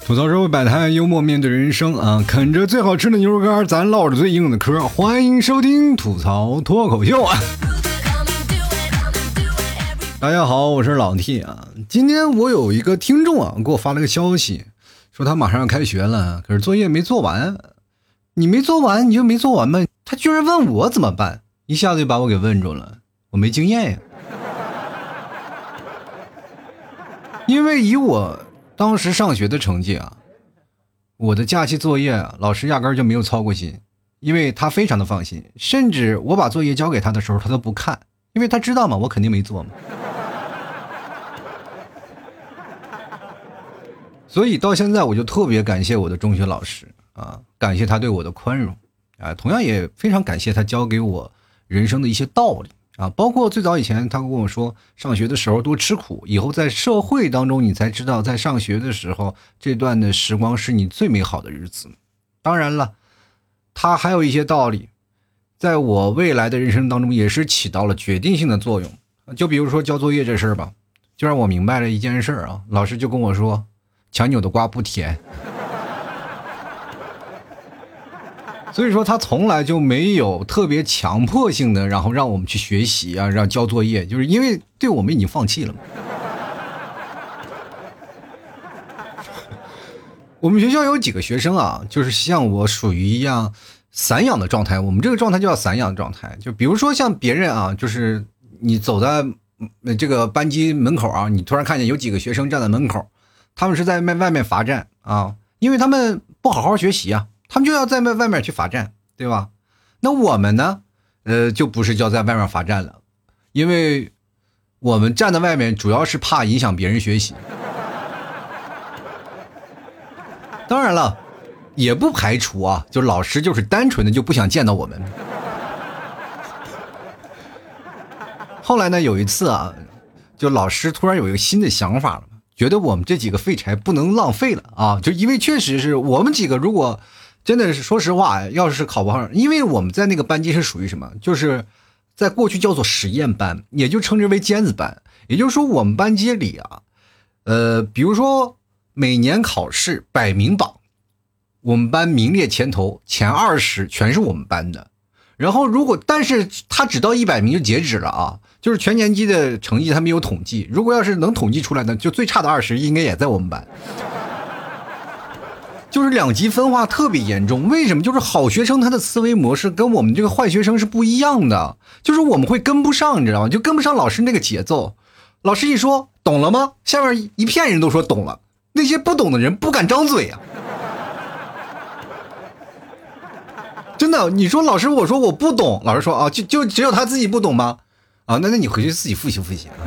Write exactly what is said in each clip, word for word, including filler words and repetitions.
吐槽社会百态，幽默面对人生啊！啃着最好吃的牛肉干，咱唠着最硬的嗑。欢迎收听吐槽脱口秀啊！大家好，我是老 T 啊。今天我有一个听众啊，给我发了个消息，说他马上要开学了，可是作业没做完。你没做完，你就没做完吗？他居然问我怎么办，一下子就把我给问住了。我没经验呀，因为以我当时上学的成绩啊，我的假期作业啊，老师压根就没有操过心，因为他非常的放心，甚至我把作业交给他的时候，他都不看，因为他知道嘛，我肯定没做嘛。所以到现在我就特别感谢我的中学老师啊，感谢他对我的宽容啊，同样也非常感谢他教给我人生的一些道理啊，包括最早以前他跟我说，上学的时候多吃苦，以后在社会当中你才知道，在上学的时候这段的时光是你最美好的日子。当然了，他还有一些道理，在我未来的人生当中也是起到了决定性的作用。就比如说交作业这事儿吧，就让我明白了一件事啊，老师就跟我说，强扭的瓜不甜。所以说他从来就没有特别强迫性的然后让我们去学习啊，让交作业，就是因为对我们已经放弃了嘛。我们学校有几个学生啊，就是像我属于一样散养的状态，我们这个状态叫散养状态。就比如说像别人啊，就是你走在这个班级门口啊，你突然看见有几个学生站在门口，他们是在外面罚站啊，因为他们不好好学习啊，他们就要在外面去罚站，对吧？那我们呢，呃，就不是叫在外面罚站了，因为我们站在外面主要是怕影响别人学习。当然了，也不排除啊，就老师就是单纯的就不想见到我们。后来呢，有一次啊，就老师突然有一个新的想法了，觉得我们这几个废柴不能浪费了啊！就因为确实是我们几个，如果真的是说实话，要是考不上，因为我们在那个班级是属于什么，就是在过去叫做实验班，也就称之为尖子班。也就是说，我们班级里啊，呃，比如说每年考试百名榜，我们班名列前头，前二十全是我们班的。然后如果但是他只到一百名就截止了啊，就是全年级的成绩他没有统计，如果要是能统计出来呢，就最差的二十应该也在我们班。就是两极分化特别严重。为什么？就是好学生他的思维模式跟我们这个坏学生是不一样的，就是我们会跟不上，你知道吗？就跟不上老师那个节奏。老师一说懂了吗，下面一片人都说懂了，那些不懂的人不敢张嘴啊。真的，你说老师，我说我不懂，老师说啊，就就只有他自己不懂吗？啊，那那你回去自己复习复习。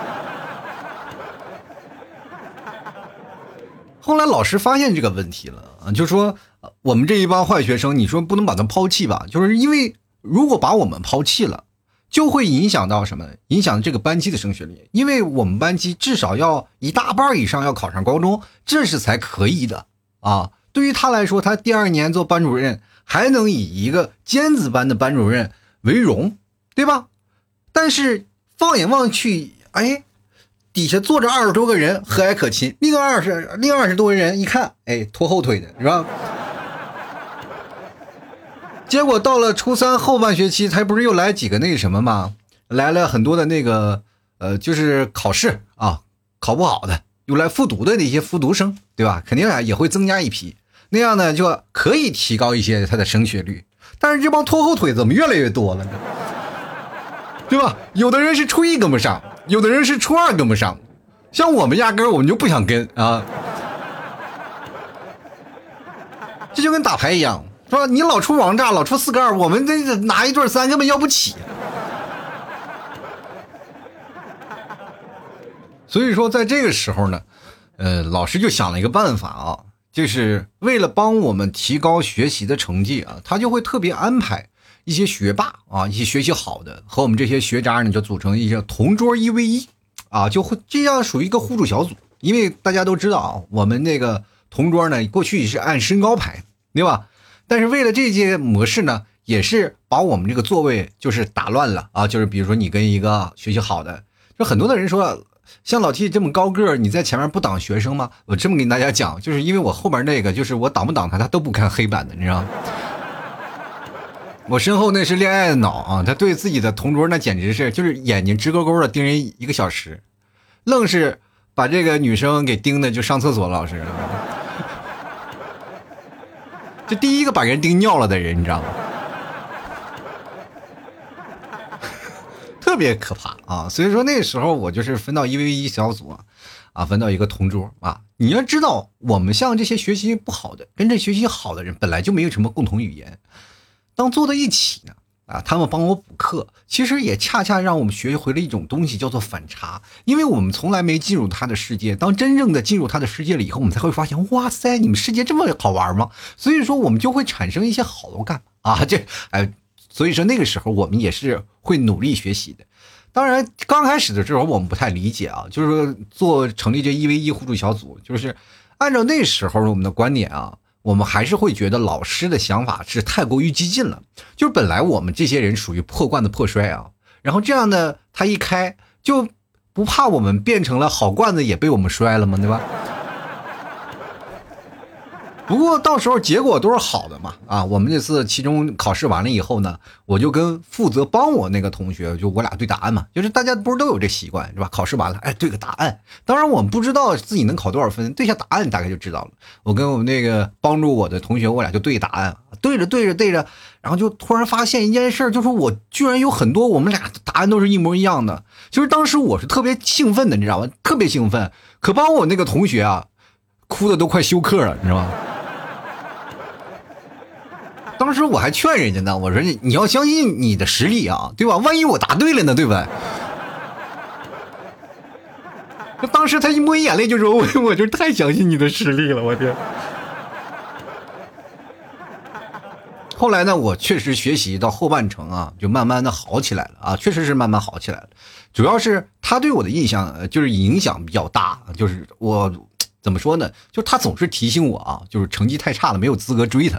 后来老师发现这个问题了啊，就说我们这一帮坏学生，你说不能把他抛弃吧？就是因为如果把我们抛弃了，就会影响到什么？影响这个班级的升学率，因为我们班级至少要一大半以上要考上高中，这是才可以的啊。对于他来说，他第二年做班主任还能以一个尖子班的班主任为荣，对吧？但是放眼望去，哎，底下坐着二十多个人，和蔼可亲，另二十另二十多个人一看，哎，拖后腿的是吧？结果到了初三后半学期，他不是又来几个那个什么吗？来了很多的那个呃，就是考试啊，考不好的，又来复读的那些复读生，对吧？肯定啊也会增加一批。那样呢，就可以提高一些他的升学率。但是这帮拖后腿怎么越来越多了呢？对吧？有的人是初一跟不上，有的人是初二跟不上，像我们压根儿我们就不想跟啊。这就跟打牌一样，是吧？你老出王炸，老出四个二，我们这拿一对三根本要不起。所以说，在这个时候呢，呃，老师就想了一个办法啊。就是为了帮我们提高学习的成绩啊，他就会特别安排一些学霸啊，一些学习好的和我们这些学渣呢，就组成一些同桌一 v 一啊，就会这样属于一个互助小组。因为大家都知道啊，我们那个同桌呢，过去也是按身高排，对吧？但是为了这些模式呢，也是把我们这个座位就是打乱了啊，就是比如说你跟一个学习好的，就很多的人说像老 T 这么高个儿，你在前面不挡学生吗？我这么跟大家讲，就是因为我后面那个，就是我挡不挡他，他都不看黑板的，你知道吗？我身后那是恋爱的脑啊，他对自己的同桌那简直是就是眼睛直勾勾的盯人一个小时，愣是把这个女生给盯的就上厕所了，老师。就第一个把人盯尿了的人，你知道吗？特别可怕啊！所以说那时候我就是分到一 v 一小组啊，啊，分到一个同桌啊。你要知道，我们像这些学习不好的，跟这学习好的人本来就没有什么共同语言，当坐在一起呢，啊，他们帮我补课，其实也恰恰让我们学会了一种东西，叫做反差。因为我们从来没进入他的世界，当真正的进入他的世界了以后，我们才会发现，哇塞，你们世界这么好玩吗？所以说，我们就会产生一些好感啊，这哎。所以说那个时候我们也是会努力学习的。当然刚开始的时候我们不太理解啊，就是说做成立这一 v 一互助小组，就是按照那时候我们的观点啊，我们还是会觉得老师的想法是太过于激进了。就是本来我们这些人属于破罐子破摔啊，然后这样呢他一开就不怕我们变成了好罐子也被我们摔了吗？对吧？不过到时候结果都是好的嘛，啊，我们这次期中考试完了以后呢，我就跟负责帮我那个同学，就我俩对答案嘛，就是大家不是都有这习惯是吧？考试完了，哎，对个答案。当然我们不知道自己能考多少分，对下答案大概就知道了。我跟我们那个帮助我的同学，我俩就对答案，对着对着对着，然后就突然发现一件事，就是我居然有很多我们俩答案都是一模一样的。就是当时我是特别兴奋的，你知道吗？特别兴奋，可帮我那个同学啊，哭的都快休克了，你知道吗？当时我还劝人家呢，我说你你要相信你的实力啊，对吧？万一我答对了呢，对吧？当时他一抹眼泪就说：“我我就太相信你的实力了，我天！”后来呢，我确实学习到后半程啊，就慢慢的好起来了啊，确实是慢慢好起来了。主要是他对我的印象就是影响比较大，就是我怎么说呢？就是他总是提醒我啊，就是成绩太差了，没有资格追他。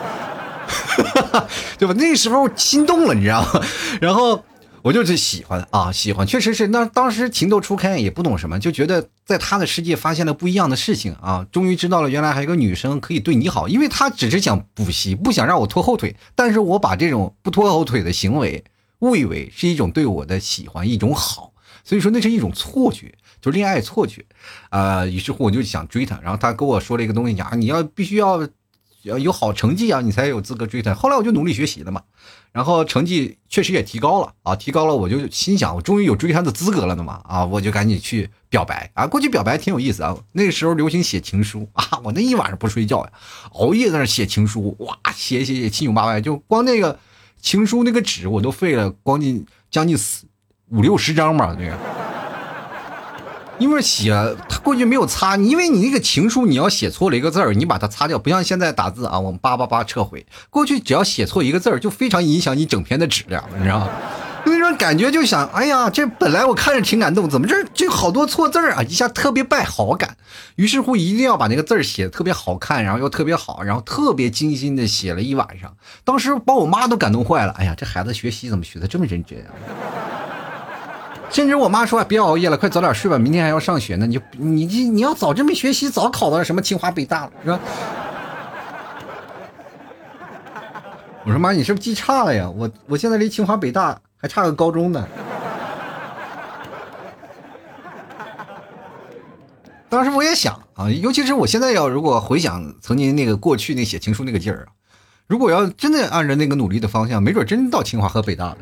对吧？那时候心动了，你知道吗？然后我就是喜欢啊，喜欢，确实是。那当时情窦初开，也不懂什么，就觉得在他的世界发现了不一样的事情啊。终于知道了，原来还有个女生可以对你好，因为她只是想补习，不想让我拖后腿。但是我把这种不拖后腿的行为误以为是一种对我的喜欢，一种好，所以说那是一种错觉，就是恋爱错觉啊、呃。于是乎我就想追她，然后她跟我说了一个东西，讲你要必须要。要有好成绩啊，你才有资格追他。后来我就努力学习了嘛，然后成绩确实也提高了啊，提高了，我就心想，我终于有追他的资格了的嘛啊，我就赶紧去表白啊。过去表白挺有意思啊，那个时候流行写情书啊，我那一晚上不睡觉呀，熬夜在那写情书，哇，写写写七扭八歪，就光那个情书那个纸我都废了，光近将近四五六十张吧，那个。因为写他过去没有擦，因为你那个情书你要写错了一个字儿，你把它擦掉，不像现在打字啊，我们叭叭叭撤回。过去只要写错一个字儿，就非常影响你整篇的质量，你知道吗？那种感觉就想，哎呀，这本来我看着挺感动，怎么这这好多错字儿啊，一下特别败好感。于是乎一定要把那个字儿写得特别好看，然后又特别好，然后特别精心的写了一晚上。当时把我妈都感动坏了，哎呀，这孩子学习怎么学得这么认真啊？甚至我妈说、啊、别熬夜了，快早点睡吧，明天还要上学呢。你就你你要早这么学习，早考到什么清华北大了，是吧？我说妈，你是不是记差了呀？我我现在离清华北大还差个高中呢。当时我也想啊，尤其是我现在要如果回想曾经那个过去那写情书那个劲儿啊，如果要真的按照那个努力的方向，没准真到清华和北大了。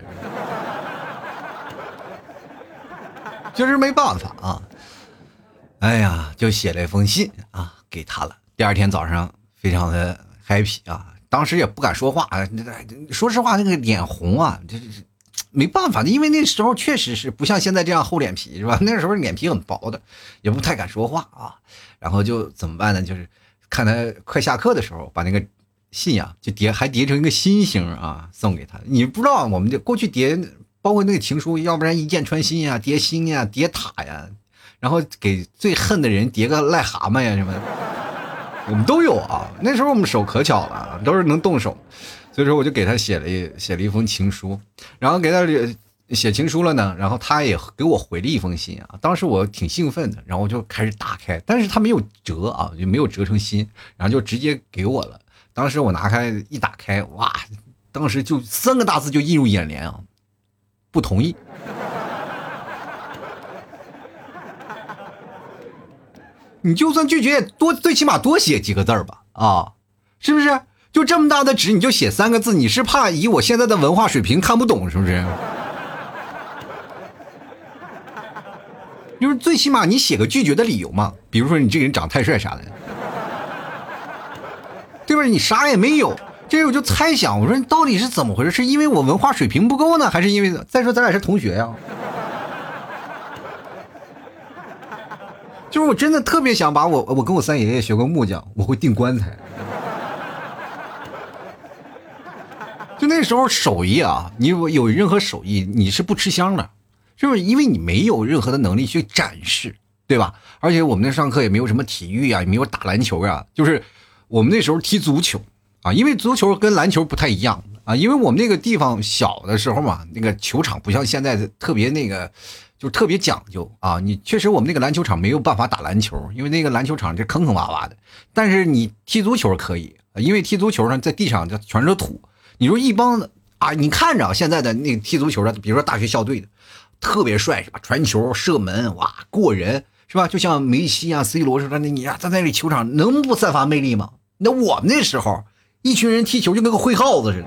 就是没办法啊，哎呀，就写了一封信啊给他了。第二天早上非常的 happy 啊，当时也不敢说话，说实话那个脸红啊，这是没办法的，因为那时候确实是不像现在这样厚脸皮是吧？那时候脸皮很薄的，也不太敢说话啊。然后就怎么办呢？就是看他快下课的时候，把那个信呀、啊、就叠还叠成一个心形啊送给他。你不知道我们就过去叠。包括那个情书，要不然一箭穿心呀、叠心呀、叠塔呀，然后给最恨的人叠个癞蛤蟆呀什么的，我们都有啊。那时候我们手可巧了，都是能动手，所以说我就给他写了一写了一封情书，然后给他写情书了呢，然后他也给我回了一封信啊，当时我挺兴奋的，然后我就开始打开，但是他没有折啊，就没有折成心，然后就直接给我了。当时我拿开一打开，哇，当时就三个大字就映入眼帘啊，不同意。你就算拒绝，多最起码多写几个字吧，啊，是不是？就这么大的纸，你就写三个字，你是怕以我现在的文化水平看不懂，是不是？就是最起码你写个拒绝的理由嘛，比如说你这个人长太帅啥的，对吧？你啥也没有，这我就猜想，我说你到底是怎么回事？是因为我文化水平不够呢，还是因为再说咱俩是同学呀？就是我真的特别想把我我跟我三爷爷学过木匠，我会钉棺材。就那时候手艺啊，你有任何手艺你是不吃香的，是不是？因为你没有任何的能力去展示，对吧？而且我们那上课也没有什么体育啊，也没有打篮球啊，就是我们那时候踢足球啊，因为足球跟篮球不太一样啊，因为我们那个地方小的时候嘛，那个球场不像现在的特别那个。就特别讲究啊！你确实我们那个篮球场没有办法打篮球，因为那个篮球场是坑坑洼洼的。但是你踢足球可以，因为踢足球呢在地上就全是土。你说一帮啊，你看着现在的那个踢足球的，比如说大学校队的，特别帅是吧？传球、射门，哇，过人是吧？就像梅西啊、C 罗似的，你啊在那里球场能不散发魅力吗？那我们那时候一群人踢球就跟个挥耗子似的，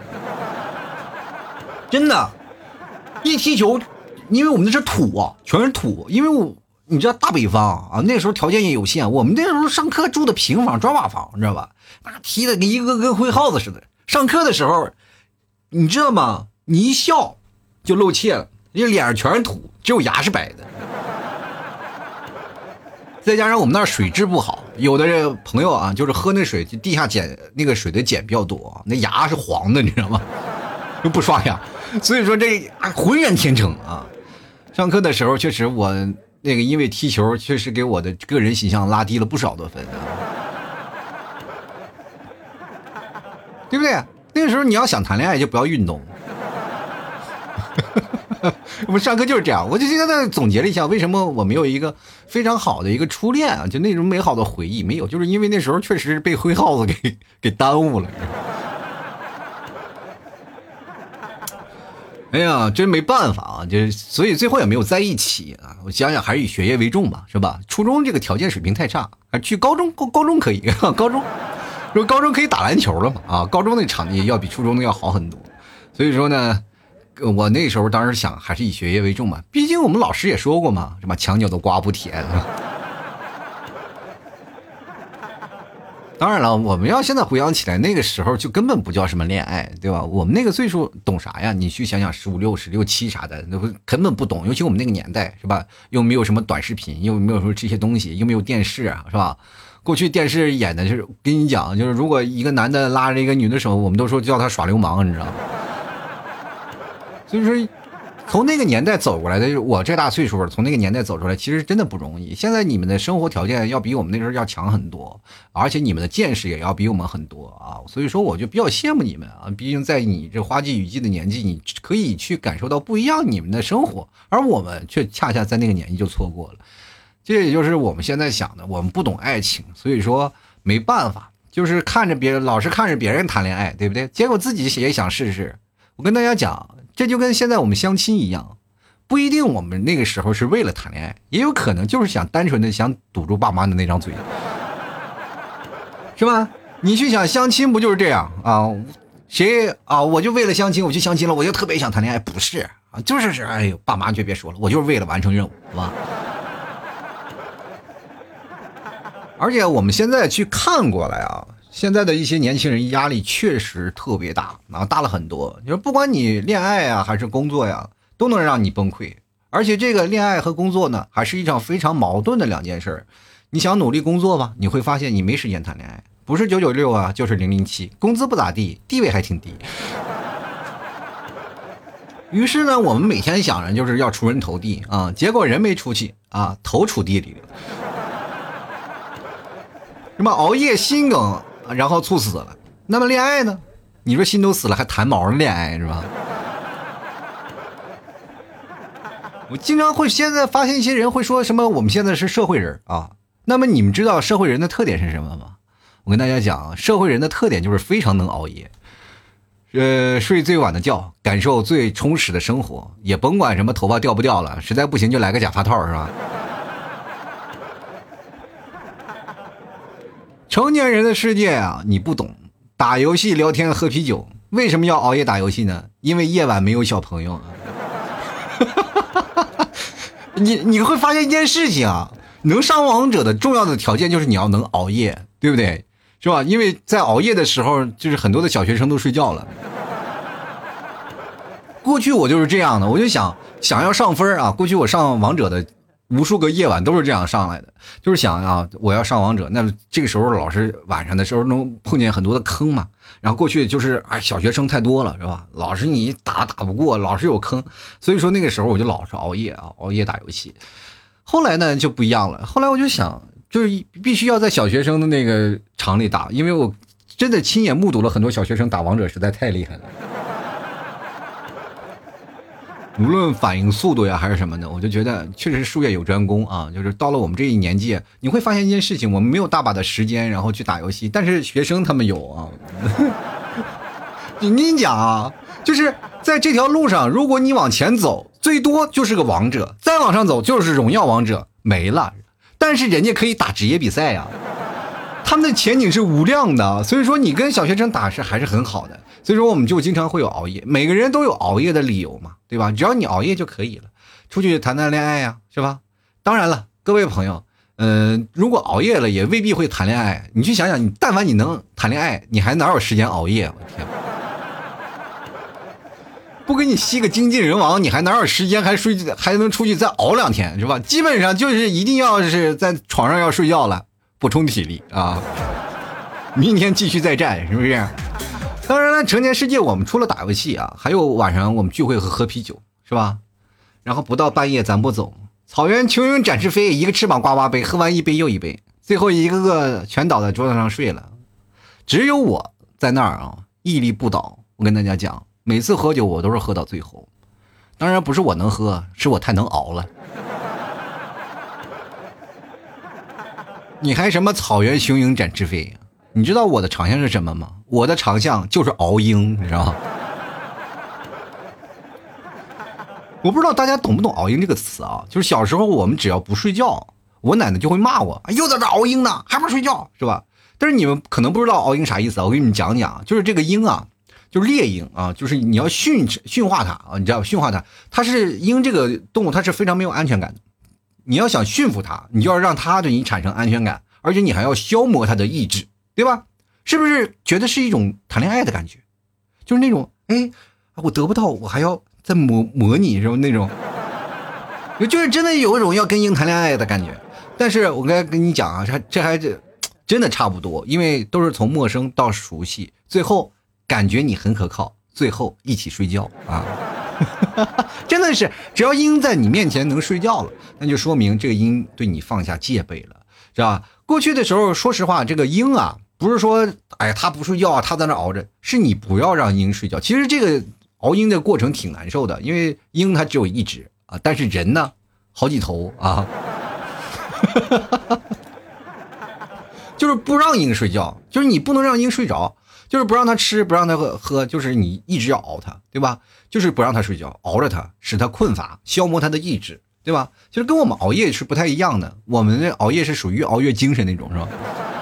真的，一踢球。因为我们那是土啊，全是土。因为我你知道大北方啊，那时候条件也有限，我们那时候上课住的平房砖瓦房，你知道吧？那踢的跟一个跟挥耗子似的。上课的时候，你知道吗？你一笑就露怯了，这脸上全是土，只有牙是白的。再加上我们那儿水质不好，有的朋友啊，就是喝那水，地下碱那个水的碱比较多，那牙是黄的，你知道吗？又不刷牙，所以说这浑然天成啊。上课的时候，确实我那个因为踢球，确实给我的个人形象拉低了不少的分，啊，对不对？那个时候你要想谈恋爱，就不要运动。我们上课就是这样，我就现在总结了一下，为什么我没有一个非常好的一个初恋啊？就那种美好的回忆没有，就是因为那时候确实被灰耗子给给耽误了。哎呀，真没办法啊！就是所以最后也没有在一起啊。我想想还是以学业为重吧，是吧？初中这个条件水平太差，还去高中高高中可以，高中说高中可以打篮球了嘛？啊，高中那场地要比初中的要好很多。所以说呢，我那时候当时想还是以学业为重嘛，毕竟我们老师也说过嘛，什么墙角的瓜不甜。当然了，我们要现在回想起来，那个时候就根本不叫什么恋爱，对吧？我们那个岁数懂啥呀？你去想想，十五六、十六七啥的，那根本不懂。尤其我们那个年代，是吧？又没有什么短视频，又没有说这些东西，又没有电视啊，是吧？过去电视演的就是跟你讲，就是如果一个男的拉着一个女的手，我们都说叫他耍流氓，你知道吗？所以说。从那个年代走过来的，我这大岁数从那个年代走出来，其实真的不容易。现在你们的生活条件要比我们那时候要强很多，而且你们的见识也要比我们很多啊。所以说，我就比较羡慕你们啊。毕竟在你这花季雨季的年纪，你可以去感受到不一样你们的生活，而我们却恰恰在那个年纪就错过了。这也就是我们现在想的，我们不懂爱情，所以说没办法，就是看着别人，老是看着别人谈恋爱，对不对？结果自己也想试试。我跟大家讲。这就跟现在我们相亲一样，不一定我们那个时候是为了谈恋爱，也有可能就是想单纯的想堵住爸妈的那张嘴，是吧？你去想相亲不就是这样啊？谁啊？我就为了相亲我去相亲了，我就特别想谈恋爱，不是啊？就是是，哎呦，爸妈就别说了，我就是为了完成任务，是吧？而且我们现在去看过来啊。现在的一些年轻人压力确实特别大啊，大了很多。就是不管你恋爱啊还是工作呀，都能让你崩溃。而且这个恋爱和工作呢，还是一场非常矛盾的两件事。你想努力工作吧，你会发现你没时间谈恋爱，不是九九六啊，就是零零七，工资不咋地，地位还挺低。于是呢，我们每天想着就是要出人头地啊，结果人没出去啊，头出地里了。什么熬夜心梗？然后猝死了。那么恋爱呢？你说心都死了还谈毛的恋爱是吧？ 我经常会现在发现一些人会说什么我们现在是社会人啊，那么你们知道社会人的特点是什么吗？我跟大家讲，社会人的特点就是非常能熬夜，呃，睡最晚的觉，感受最充实的生活，也甭管什么头发掉不掉了，实在不行就来个假发套，是吧？成年人的世界啊，你不懂，打游戏、聊天、喝啤酒，为什么要熬夜打游戏呢？因为夜晚没有小朋友。你你会发现一件事情啊，能上王者的重要的条件就是你要能熬夜，对不对？是吧？因为在熬夜的时候，就是很多的小学生都睡觉了。过去我就是这样的，我就想想要上分啊。过去我上王者的无数个夜晚都是这样上来的，就是想啊，我要上王者，那这个时候老是晚上的时候能碰见很多的坑嘛。然后过去就是哎，小学生太多了，是吧？老是你打打不过，老是有坑，所以说那个时候我就老是熬夜啊，熬夜打游戏。后来呢就不一样了，后来我就想，就是必须要在小学生的那个场里打，因为我真的亲眼目睹了很多小学生打王者，实在太厉害了。无论反应速度呀还是什么的，我就觉得确实术业有专攻啊。就是到了我们这一年纪，你会发现一件事情，我们没有大把的时间然后去打游戏，但是学生他们有啊。你跟你讲啊，就是在这条路上，如果你往前走，最多就是个王者，再往上走就是荣耀王者，没了。但是人家可以打职业比赛呀，他们的前景是无量的，所以说你跟小学生打是还是很好的。所以说我们就经常会有熬夜，每个人都有熬夜的理由嘛，对吧？只要你熬夜就可以了，出去谈谈恋爱呀，是吧？当然了，各位朋友，嗯、呃，如果熬夜了也未必会谈恋爱。你去想想，你但凡你能谈恋爱，你还哪有时间熬夜？我天！不给你吸个精尽人亡，你还哪有时间还睡还能出去再熬两天，是吧？基本上就是一定要是在床上要睡觉了，补充体力啊，明天继续再战，是不是？当然了，成年世界我们除了打游戏啊，还有晚上我们聚会和喝啤酒，是吧？然后不到半夜咱不走，草原雄鹰展翅飞，一个翅膀呱呱飞，喝完一杯又一杯，最后一个个全倒在桌子上睡了，只有我在那儿啊，屹立不倒。我跟大家讲，每次喝酒我都是喝到最后，当然不是我能喝，是我太能熬了。你还什么草原雄鹰展翅飞？你知道我的长项是什么吗？我的长项就是熬鹰，你知道吗？我不知道大家懂不懂熬鹰这个词啊？就是小时候我们只要不睡觉，我奶奶就会骂我，又在这熬鹰呢，还不睡觉，是吧？但是你们可能不知道熬鹰啥意思啊，我给你们讲讲，就是这个鹰啊，就是猎鹰啊，就是你要驯驯化它啊，你知道驯化它，它是鹰这个动物，它是非常没有安全感的。你要想驯服它，你就要让它对你产生安全感，而且你还要消磨它的意志。对吧？是不是觉得是一种谈恋爱的感觉？就是那种，哎，我得不到，我还要再磨磨你，是吧？那种，就是真的有一种要跟鹰谈恋爱的感觉。但是我该跟你讲啊，这这还这真的差不多，因为都是从陌生到熟悉，最后感觉你很可靠，最后一起睡觉啊！真的是，只要鹰在你面前能睡觉了，那就说明这个鹰对你放下戒备了，是吧？过去的时候，说实话，这个鹰啊，不是说，哎，他不睡觉啊，他在那熬着，是你不要让鹰睡觉。其实这个熬鹰的过程挺难受的，因为鹰它只有一只啊，但是人呢，好几头啊，就是不让鹰睡觉，就是你不能让鹰睡着，就是不让它吃，不让它喝，喝就是你一直要熬它，对吧？就是不让它睡觉，熬着它，使它困乏，消磨它的意志。对吧？其实跟我们熬夜是不太一样的，我们的熬夜是属于越熬越精神那种，是吧？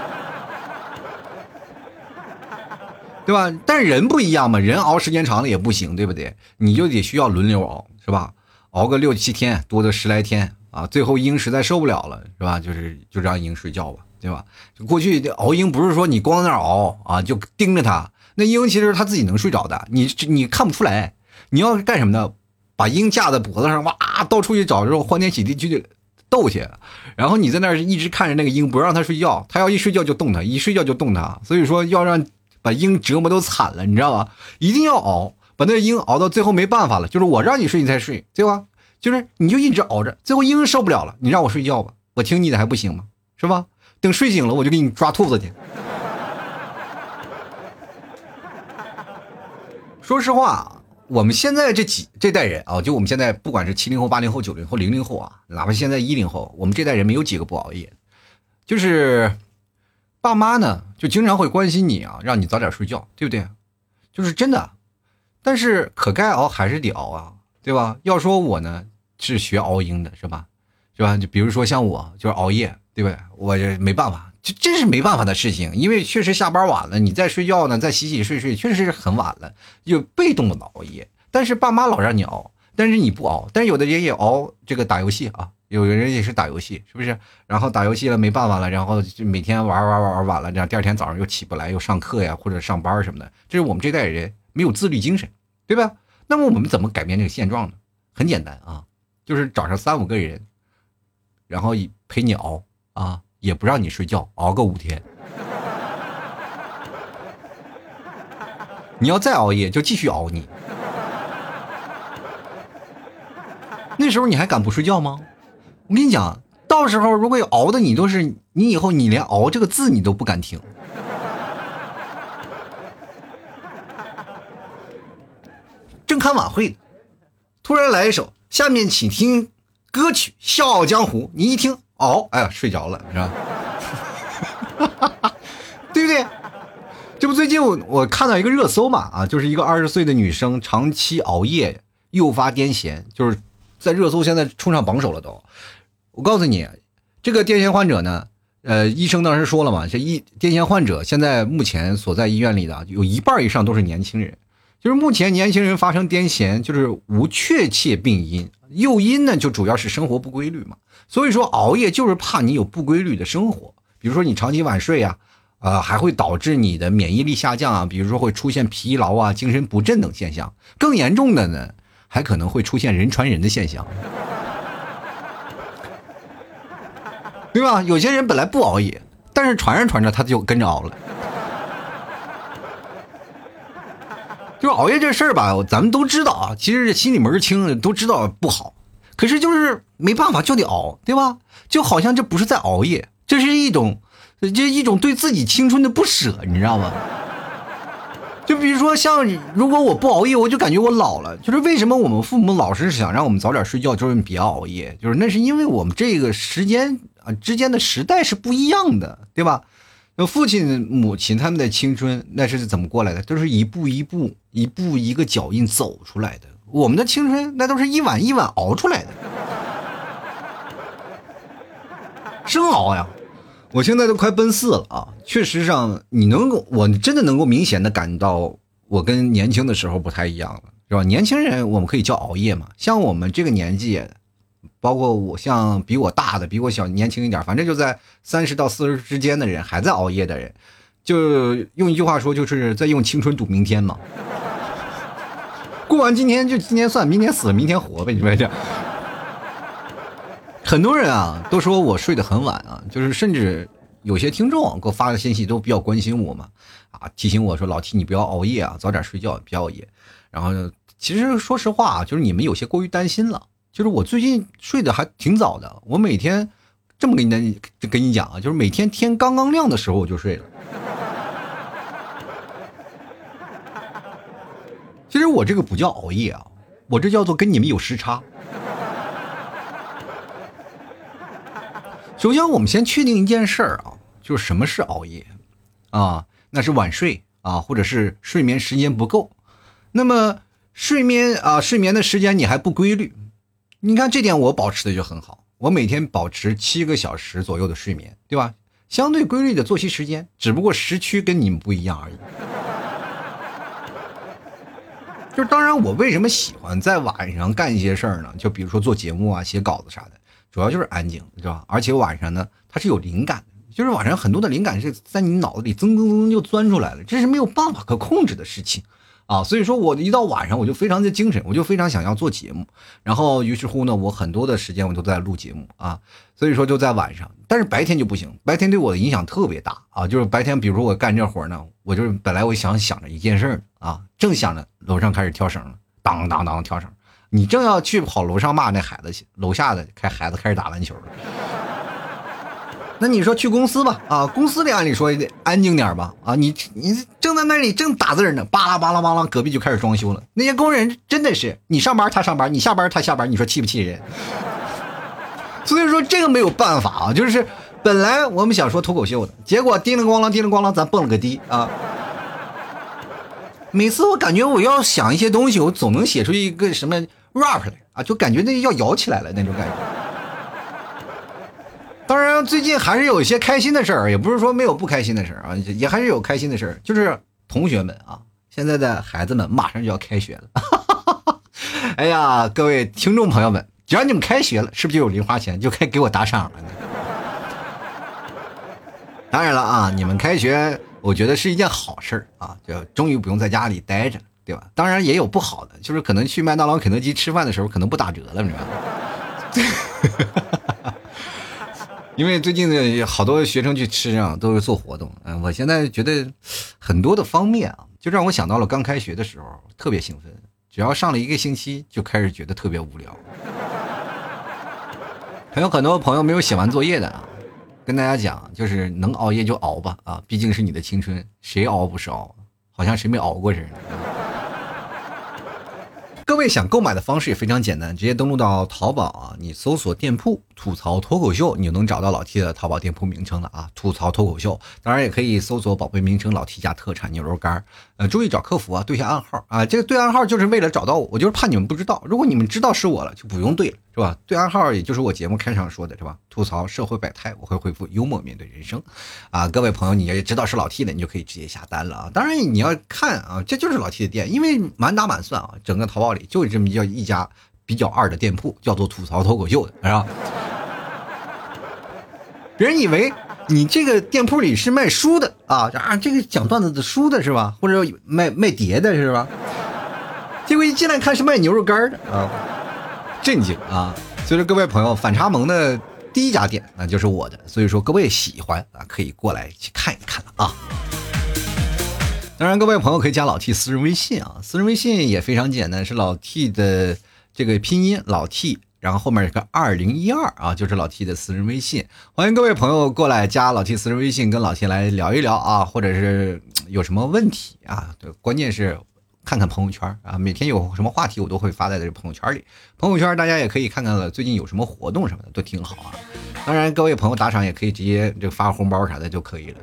对吧？但是人不一样嘛，人熬时间长了也不行，对不对？你就得需要轮流熬，是吧？熬个六七天，多的十来天啊，最后鹰实在受不了了，是吧？就是就让鹰睡觉吧，对吧？过去熬鹰不是说你光在那儿熬啊，就盯着它，那鹰其实它自己能睡着的，你你看不出来，你要干什么呢？把鹰架在脖子上，哇，到处去找这种欢天喜地去斗去，然后你在那儿一直看着那个鹰，不让它睡觉，它要一睡觉就动它，一睡觉就动它，所以说要让把鹰折磨都惨了，你知道吧？一定要熬，把那个鹰熬到最后没办法了，就是我让你睡你才睡，对吧？就是你就一直熬着，最后鹰受不了了，你让我睡觉吧，我听你的还不行吗？是吧？等睡醒了我就给你抓兔子去。说实话， 我们现在这几这代人啊，就我们现在不管是七零后、八零后、九零后、零零后啊，哪怕现在一零后，我们这代人没有几个不熬夜，就是爸妈呢就经常会关心你啊，让你早点睡觉，对不对？就是真的，但是可该熬还是得熬啊，对吧？要说我呢是学熬鹰的，是吧？是吧？就比如说像我就是熬夜，对不对？我这没办法。这真是没办法的事情，因为确实下班晚了，你再睡觉呢，再洗洗睡睡，确实是很晚了，就被动的熬夜。但是爸妈老让你熬，但是你不熬，但是有的人也熬这个打游戏啊，有的人也是打游戏，是不是？然后打游戏了没办法了，然后就每天玩玩玩玩晚了，这样第二天早上又起不来，又上课呀或者上班什么的，这是我们这代人没有自律精神，对吧？那么我们怎么改变这个现状呢？很简单啊，就是找上三五个人，然后陪你熬啊。也不让你睡觉，熬个五天。你要再熬夜，就继续熬你。那时候你还敢不睡觉吗？我跟你讲，到时候如果有熬的你都是你以后你连熬这个字你都不敢听。正看晚会，突然来一首，下面请听歌曲《笑傲江湖》，你一听。熬，哎呀，睡着了，是吧？对不对？这不最近我我看到一个热搜嘛，啊，就是一个二十岁的女生长期熬夜诱发癫痫，就是在热搜现在冲上榜首了都。我告诉你，这个癫痫患者呢，呃，医生当时说了嘛，这一癫痫患者现在目前所在医院里的有一半以上都是年轻人，就是目前年轻人发生癫痫就是无确切病因，诱因呢就主要是生活不规律嘛。所以说熬夜就是怕你有不规律的生活，比如说你长期晚睡啊，呃，还会导致你的免疫力下降啊，比如说会出现疲劳啊、精神不振等现象。更严重的呢，还可能会出现人传人的现象，对吧？有些人本来不熬夜，但是传着传着他就跟着熬了。就是熬夜这事儿吧，咱们都知道啊，其实心里门清，都知道不好。可是就是没办法就得熬，对吧？就好像这不是在熬夜，这是一种这一种对自己青春的不舍，你知道吗？就比如说像如果我不熬夜，我就感觉我老了。就是为什么我们父母老是想让我们早点睡觉，就是别熬夜，就是那是因为我们这个时间啊之间的时代是不一样的，对吧？父亲母亲他们的青春那是怎么过来的？都是一步一步一步一个脚印走出来的。我们的青春那都是一碗一碗熬出来的，生熬呀！我现在都快奔四了啊！确实上，你能够，我真的能够明显的感到，我跟年轻的时候不太一样了，是吧？年轻人我们可以叫熬夜嘛，像我们这个年纪，包括我像比我大的、比我小年轻一点，反正就在三十到四十之间的人，还在熬夜的人，就用一句话说，就是在用青春赌明天嘛。过完今天就今天算，明天死，明天活呗，你说这。很多人啊都说我睡得很晚啊，就是甚至有些听众给我发的信息都比较关心我嘛，啊，提醒我说老 T 你不要熬夜啊，早点睡觉，不要熬夜。然后其实说实话啊，就是你们有些过于担心了，就是我最近睡得还挺早的，我每天这么跟你跟你讲啊，就是每天天刚刚亮的时候我就睡了。其实我这个不叫熬夜啊，我这叫做跟你们有时差。首先我们先确定一件事儿啊，就是什么是熬夜啊？那是晚睡啊，或者是睡眠时间不够。那么睡眠啊，睡眠的时间你还不规律，你看这点我保持的就很好，我每天保持七个小时左右的睡眠，对吧？相对规律的作息时间，只不过时区跟你们不一样而已。就是当然我为什么喜欢在晚上干一些事儿呢？就比如说做节目啊、写稿子啥的，主要就是安静，对吧？而且晚上呢它是有灵感的，就是晚上很多的灵感是在你脑子里噌噌噌就钻出来了，这是没有办法可控制的事情啊。所以说我一到晚上我就非常的精神，我就非常想要做节目，然后于是乎呢我很多的时间我都在录节目啊，所以说就在晚上。但是白天就不行，白天对我的影响特别大啊。就是白天比如说我干这活呢，我就是本来我想想着一件事啊，正想着楼上开始跳绳了，当当当跳绳，你正要去跑楼上骂那孩子，楼下的开孩子开始打篮球了。 那你说去公司吧，啊，公司里按理说也得安静点吧，啊，你你正在那里正打字呢，巴拉巴拉巴拉，隔壁就开始装修了。那些工人真的是，你上班他上班，你下班他下班，你说气不气人？所以说这个没有办法啊，就是本来我们想说脱口秀的，结果叮铃咣啷叮铃咣啷，咱蹦了个迪啊。每次我感觉我要想一些东西，我总能写出一个什么 rap 来啊，就感觉那要摇起来了那种感觉。当然最近还是有一些开心的事儿，也不是说没有不开心的事儿啊，也还是有开心的事儿，就是同学们啊，现在的孩子们马上就要开学了。哎呀，各位听众朋友们，只要你们开学了，是不是就有零花钱，就该给我打赏了呢？当然了啊，你们开学我觉得是一件好事啊，就终于不用在家里待着，对吧？当然也有不好的，就是可能去麦当劳肯德基吃饭的时候可能不打折了，你知道吗？因为最近的好多学生去吃啊，都是做活动。嗯，我现在觉得很多的方面啊，就让我想到了刚开学的时候，特别兴奋。只要上了一个星期，就开始觉得特别无聊。还有很多朋友没有写完作业的啊，跟大家讲，就是能熬夜就熬吧啊，毕竟是你的青春，谁熬不是熬？好像谁没熬过似的。各位想购买的方式也非常简单，直接登录到淘宝啊，你搜索店铺吐槽脱口秀，你就能找到老 T 的淘宝店铺名称了啊，吐槽脱口秀。当然也可以搜索宝贝名称老 T 家特产牛肉干，呃，注意找客服啊，对下暗号啊，这个对暗号就是为了找到我，我就是怕你们不知道，如果你们知道是我了，就不用对了，是吧？对暗号也就是我节目开场说的是吧？吐槽社会百态，我会回复幽默面对人生啊。各位朋友，你也知道是老 T 的，你就可以直接下单了啊。当然你要看啊，这就是老 T 的店，因为满打满算啊，整个淘宝里就这么叫一家比较二的店铺，叫做吐槽脱口秀的，是吧？别人以为你这个店铺里是卖书的啊，啊，这个讲段子的书的是吧？或者卖卖碟的是吧？结果一进来看是卖牛肉干的啊，震惊啊！所以说各位朋友，反差萌的第一家店那就是我的，所以说各位喜欢啊，可以过来去看一看了啊。当然各位朋友可以加老 T 私人微信啊，私人微信也非常简单，是老 T 的这个拼音老 T， 然后后面有个二零一二啊，就是老 T 的私人微信。欢迎各位朋友过来加老 T 私人微信，跟老 T 来聊一聊啊，或者是有什么问题啊，对，关键是看看朋友圈啊，每天有什么话题我都会发在这个朋友圈里。朋友圈大家也可以看看了，最近有什么活动什么的都挺好啊。当然各位朋友打赏也可以直接这个发红包啥的就可以了。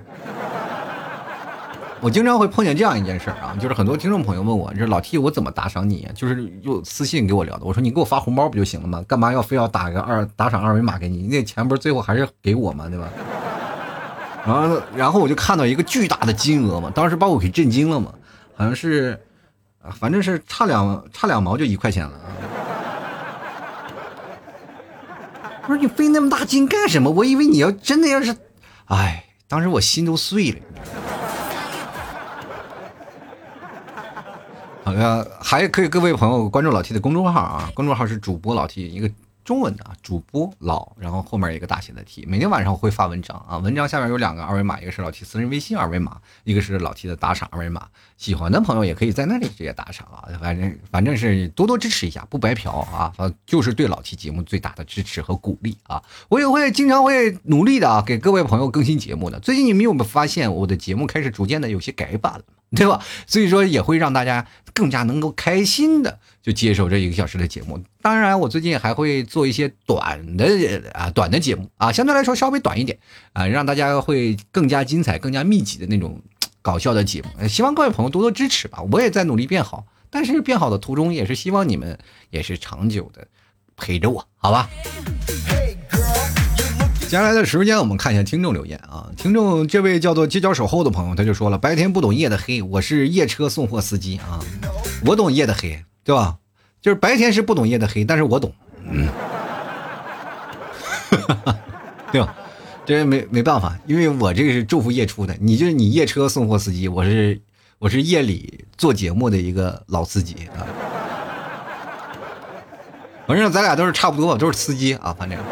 我经常会碰见这样一件事啊，就是很多听众朋友问我，这老 T 我怎么打赏你啊？就是用私信给我聊的。我说你给我发红包不就行了吗？干嘛要非要打个二打赏二维码给你？那钱不是最后还是给我吗？对吧？然后然后我就看到一个巨大的金额嘛，当时把我给震惊了嘛，好像是。反正是差两差两毛就一块钱了。我说你费那么大劲干什么？我以为你要真的要是，哎，当时我心都碎了。好像还可以，各位朋友关注老 T 的公众号啊，公众号是主播老 T 一个中文的啊，主播老，然后后面一个大写的 T， 每天晚上我会发文章啊，文章下面有两个二维码，一个是老 T 私人微信二维码，一个是老 T 的打赏二维码，喜欢的朋友也可以在那里直接打赏啊，反正反正是多多支持一下，不白嫖啊，就是对老 T 节目最大的支持和鼓励啊，我也会经常会努力的啊，给各位朋友更新节目的。最近你们有没有发现我的节目开始逐渐的有些改版了？对吧？所以说也会让大家更加能够开心的就接受这一个小时的节目。当然我最近还会做一些短的啊短的节目啊，相对来说稍微短一点啊，让大家会更加精彩更加密集的那种搞笑的节目。希望各位朋友多多支持吧，我也在努力变好，但是变好的途中也是希望你们也是长久的陪着我，好吧？接下来的时间我们看一下听众留言啊，听众这位叫做街角守候的朋友他就说了，白天不懂夜的黑，我是夜车送货司机啊，我懂夜的黑，对吧？就是白天是不懂夜的黑，但是我懂，嗯，对吧？这没没办法，因为我这个是昼伏夜出的，你就是你夜车送货司机，我是我是夜里做节目的一个老司机啊，反正咱俩都是差不多，都是司机啊，反正。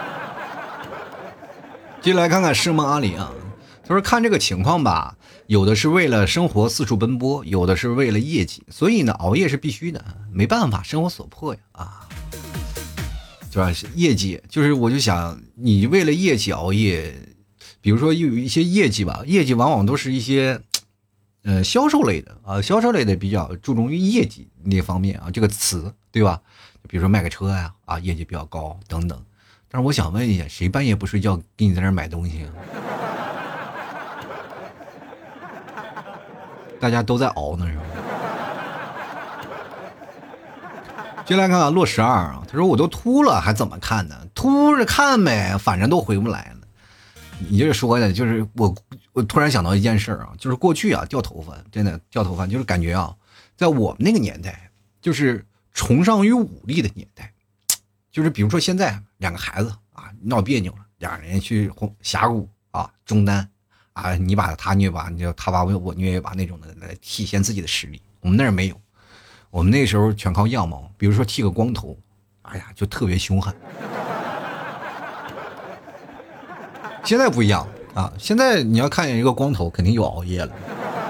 接下来看看诗梦阿里啊，他说看这个情况吧，有的是为了生活四处奔波，有的是为了业绩，所以呢熬夜是必须的，没办法，生活所迫呀啊。 是吧？业绩就是我就想你为了业绩熬夜，比如说有一些业绩吧，业绩往往都是一些呃销售类的啊，销售类的比较注重于业绩那方面啊，这个词对吧？比如说卖个车呀啊，业绩比较高等等。但是我想问一下，谁半夜不睡觉给你在那儿买东西啊？大家都在熬呢是吧？接来看看洛十二啊，他说我都秃了还怎么看呢？秃着看呗，反正都回不来了。你这说的，就是我我突然想到一件事啊，就是过去啊掉头发，真的掉头发，就是感觉啊，在我们那个年代，就是崇尚于武力的年代，就是比如说现在两个孩子啊闹别扭了，两人去峡谷啊中单啊，你把他虐吧，你就他把我我虐一把那种的来体现自己的实力。我们那儿没有，我们那时候全靠样貌，比如说剃个光头，哎呀就特别凶狠。现在不一样啊！现在你要看见一个光头，肯定有熬夜了。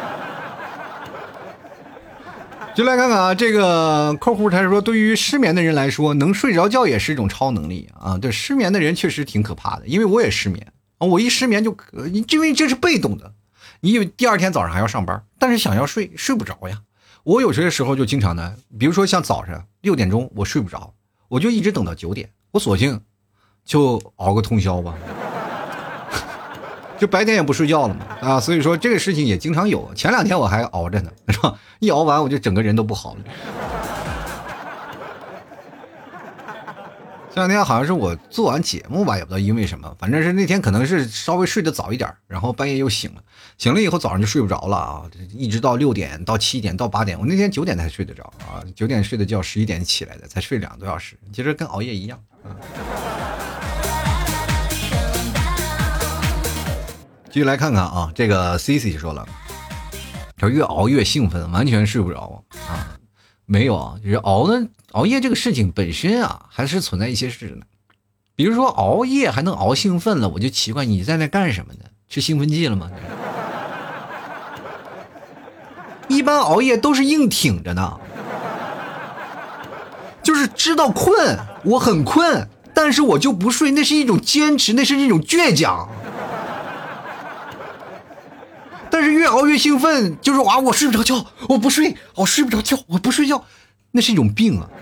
就来看看啊，这个客户他说，对于失眠的人来说，能睡着觉也是一种超能力啊。对，失眠的人确实挺可怕的，因为我也失眠啊。我一失眠就，因为这是被动的，你以为第二天早上还要上班，但是想要睡睡不着呀。我有些时候就经常的，比如说像早上六点钟我睡不着，我就一直等到九点，我索性就熬个通宵吧。就白天也不睡觉了嘛，啊，所以说这个事情也经常有。前两天我还熬着呢，是吧？一熬完我就整个人都不好了。这两天好像是我做完节目吧，也不知道因为什么，反正是那天可能是稍微睡得早一点，然后半夜又醒了，醒了以后早上就睡不着了啊，一直到六点到七点到八点，我那天九点才睡得着啊，九点睡的觉，十一点起来的，才睡两个多小时，其实跟熬夜一样啊。继续来看看啊，这个 C C 说了，他越熬越兴奋，完全睡不着啊。没有啊，就是熬的熬夜这个事情本身啊，还是存在一些事呢。比如说熬夜还能熬兴奋了，我就奇怪你在那干什么呢？吃兴奋剂了吗？一般熬夜都是硬挺着呢，就是知道困，我很困，但是我就不睡，那是一种坚持，那是一种倔强。但是越熬越兴奋，就是啊，我睡不着觉，我不睡，我睡不着觉，我不睡觉，那是一种病啊。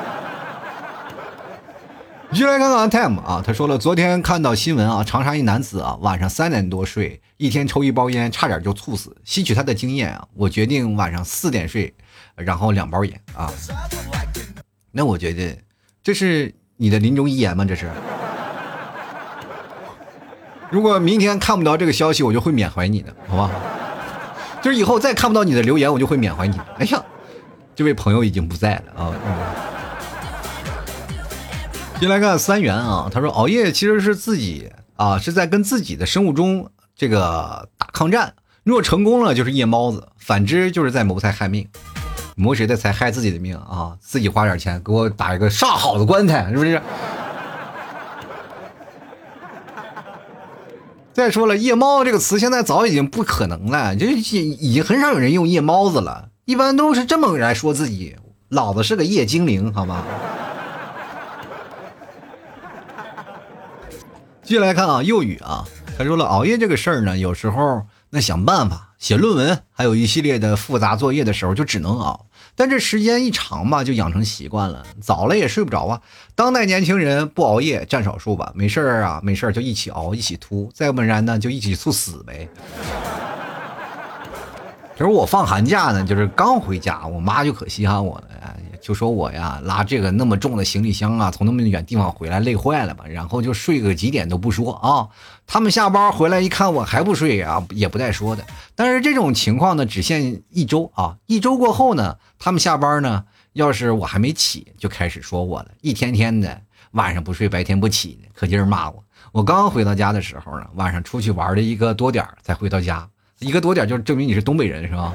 继续来看看 Time 啊，他说了，昨天看到新闻啊，长沙一男子啊，晚上三点多睡，一天抽一包烟，差点就猝死。吸取他的经验啊，我决定晚上四点睡，然后两包烟啊。那我觉得这是你的临终遗言吗？这是。如果明天看不到这个消息，我就会缅怀你的，好吧？就是以后再看不到你的留言，我就会缅怀你。哎呀，这位朋友已经不在了啊。嗯、先来看三元啊，他说熬夜其实是自己啊是在跟自己的生物钟这个打抗战，若成功了就是夜猫子，反之就是在谋财害命。谋谁的财害自己的命啊？自己花点钱给我打一个煞好的棺材，是不是？再说了，夜猫这个词现在早已经不可能了，就已经很少有人用夜猫子了，一般都是这么来说自己，老子是个夜精灵，好吗？继续来看啊，幼语啊，他说了，熬夜这个事儿呢，有时候那想办法写论文，还有一系列的复杂作业的时候就只能熬，但这时间一长吧，就养成习惯了，早了也睡不着啊。当代年轻人不熬夜占少数吧，没事儿啊，没事儿就一起熬，一起秃，再不然呢就一起猝死呗。其实我放寒假呢，就是刚回家，我妈就可稀罕我了，就说我呀拉这个那么重的行李箱啊，从那么远地方回来累坏了吧，然后就睡个几点都不说啊。他们下班回来一看我还不睡啊，也不带说的。但是这种情况呢，只限一周啊，一周过后呢，他们下班呢，要是我还没起，就开始说我了，一天天的晚上不睡，白天不起的，可劲儿骂我。我刚回到家的时候呢，晚上出去玩了一个多点才回到家，一个多点就证明你是东北人是吧？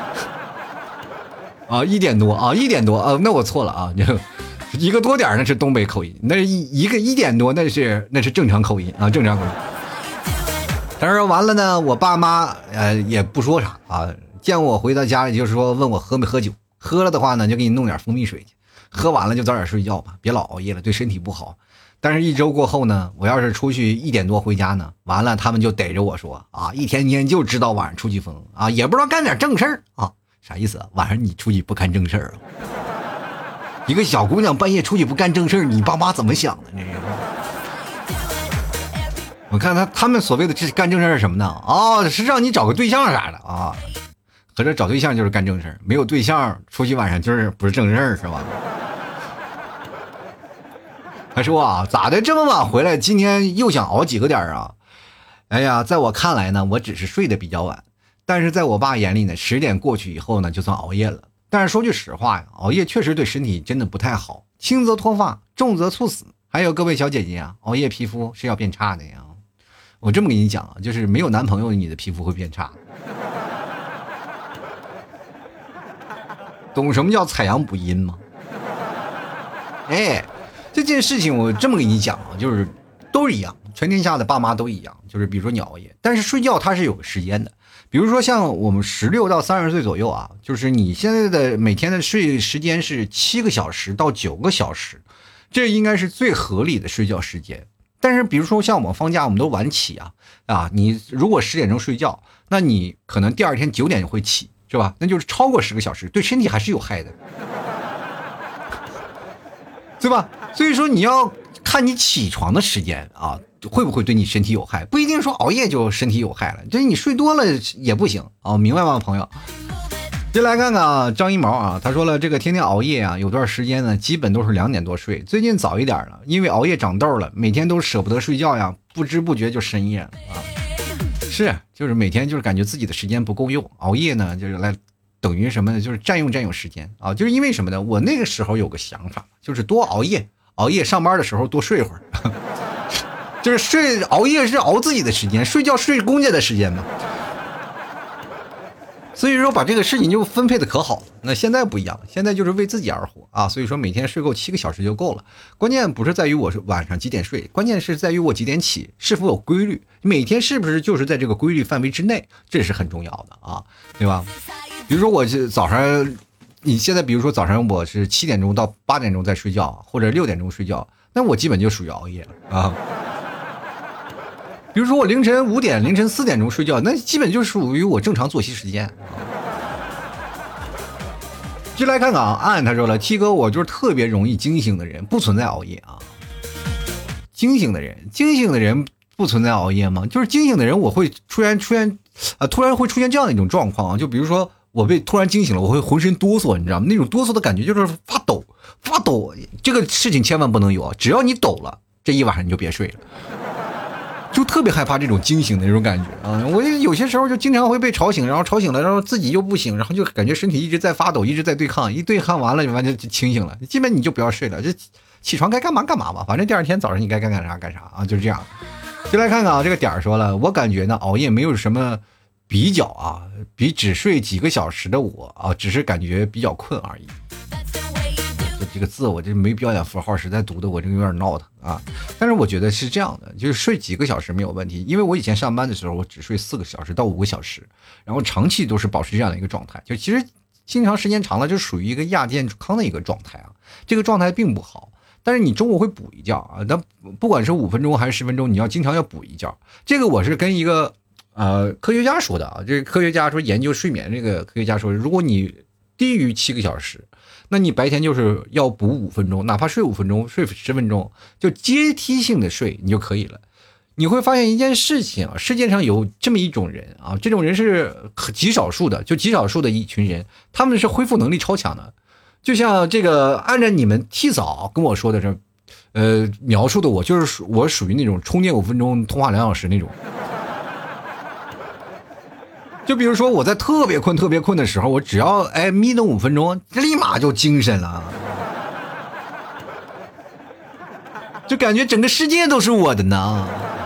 啊，一点多啊，一点多啊，那我错了啊，一个多点那是东北口音，那是一一个一点多那是那是正常口音啊，正常口音。但是完了呢，我爸妈呃也不说啥啊，见我回到家里就是说问我喝没喝酒，喝了的话呢就给你弄点蜂蜜水去， 喝完了就早点睡觉吧，别老熬夜了，对身体不好。但是，一周过后呢，我要是出去一点多回家呢，完了他们就逮着我说啊，一天天就知道晚上出去疯啊，也不知道干点正事儿啊，啥意思啊？晚上你出去不干正事儿啊？一个小姑娘半夜出去不干正事儿，你爸妈怎么想的？这是？我看他他们所谓的这干正事儿是什么呢？哦，是让你找个对象啥的啊？合着找对象就是干正事儿，没有对象出去晚上就是不是正事儿是吧？他说啊，咋的这么晚回来？今天又想熬几个点啊？哎呀，在我看来呢，我只是睡得比较晚，但是在我爸眼里呢，十点过去以后呢，就算熬夜了。但是说句实话呀，熬夜确实对身体真的不太好，轻则脱发，重则猝死。还有各位小姐姐啊，熬夜皮肤是要变差的呀。我这么跟你讲啊，就是没有男朋友，你的皮肤会变差。懂什么叫采阳补阴吗？哎。这件事情我这么跟你讲啊，就是都是一样，全天下的爸妈都一样，就是比如说你熬夜，但是睡觉它是有个时间的，比如说像我们十六到三十岁左右啊，就是你现在的每天的睡时间是七个小时到九个小时，这应该是最合理的睡觉时间。但是比如说像我们放假，我们都晚起啊啊，你如果十点钟睡觉，那你可能第二天九点会起，是吧？那就是超过十个小时，对身体还是有害的。对吧？所以说你要看你起床的时间啊，会不会对你身体有害？不一定说熬夜就身体有害了，就是你睡多了也不行啊，明白吗，朋友？就来看看啊，张一毛啊，他说了，这个天天熬夜啊，有段时间呢，基本都是两点多睡，最近早一点了，因为熬夜长痘了，每天都舍不得睡觉呀，不知不觉就深夜了啊。是，就是每天就是感觉自己的时间不够用，熬夜呢就是来。等于什么呢？就是占用占用时间啊！就是因为什么呢？我那个时候有个想法，就是多熬夜，熬夜上班的时候多睡会儿，就是睡熬夜是熬自己的时间，睡觉睡公家的时间嘛。所以说把这个事情就分配的可好了。那现在不一样，现在就是为自己而活啊！所以说每天睡够七个小时就够了。关键不是在于我是晚上几点睡，关键是在于我几点起，是否有规律，每天是不是就是在这个规律范围之内，这是很重要的啊，对吧？比如说我是早上，你现在比如说早上我是七点钟到八点钟在睡觉，或者六点钟睡觉，那我基本就属于熬夜了啊。比如说我凌晨五点、凌晨四点钟睡觉，那基本就属于我正常作息时间。就来看看啊，安安他说了 ，T 哥我就是特别容易惊醒的人，不存在熬夜啊。惊醒的人，惊醒的人不存在熬夜吗？就是惊醒的人，我会出现出现，啊，突然会出现这样的一种状况啊，就比如说。我被突然惊醒了，我会浑身哆嗦，你知道吗？那种哆嗦的感觉就是发抖，发抖。这个事情千万不能有啊！只要你抖了，这一晚上你就别睡了，就特别害怕这种惊醒的那种感觉啊！我有些时候就经常会被吵醒，然后吵醒了，然后自己又不醒，然后就感觉身体一直在发抖，一直在对抗，一对抗完了，完就清醒了。基本你就不要睡了，就起床该干嘛干嘛吧，反正第二天早上你该干干啥干啥啊，就是这样。就来看看啊，这个点儿说了，我感觉呢，熬夜没有什么。比较啊，比只睡几个小时的我啊，只是感觉比较困而已。就这个字，我这没标点符号，实在读的我这个有点闹腾啊。但是我觉得是这样的，就是睡几个小时没有问题，因为我以前上班的时候，我只睡四个小时到五个小时，然后长期都是保持这样的一个状态。就其实经常时间长了，就属于一个亚健康的一个状态啊。这个状态并不好。但是你中午会补一觉啊，但不管是五分钟还是十分钟，你要经常要补一觉。这个我是跟一个。呃，科学家说的啊，这个科学家说研究睡眠，这个科学家说，如果你低于七个小时，那你白天就是要补五分钟，哪怕睡五分钟、睡十分钟，就阶梯性的睡，你就可以了。你会发现一件事情啊，世界上有这么一种人啊，这种人是极少数的，就极少数的一群人，他们是恢复能力超强的。就像这个，按照你们替嫂跟我说的是，呃，描述的我就是属我属于那种充电五分钟，通话两小时那种。就比如说我在特别困特别困的时候，我只要哎眯瞪五分钟，立马就精神了，就感觉整个世界都是我的呢。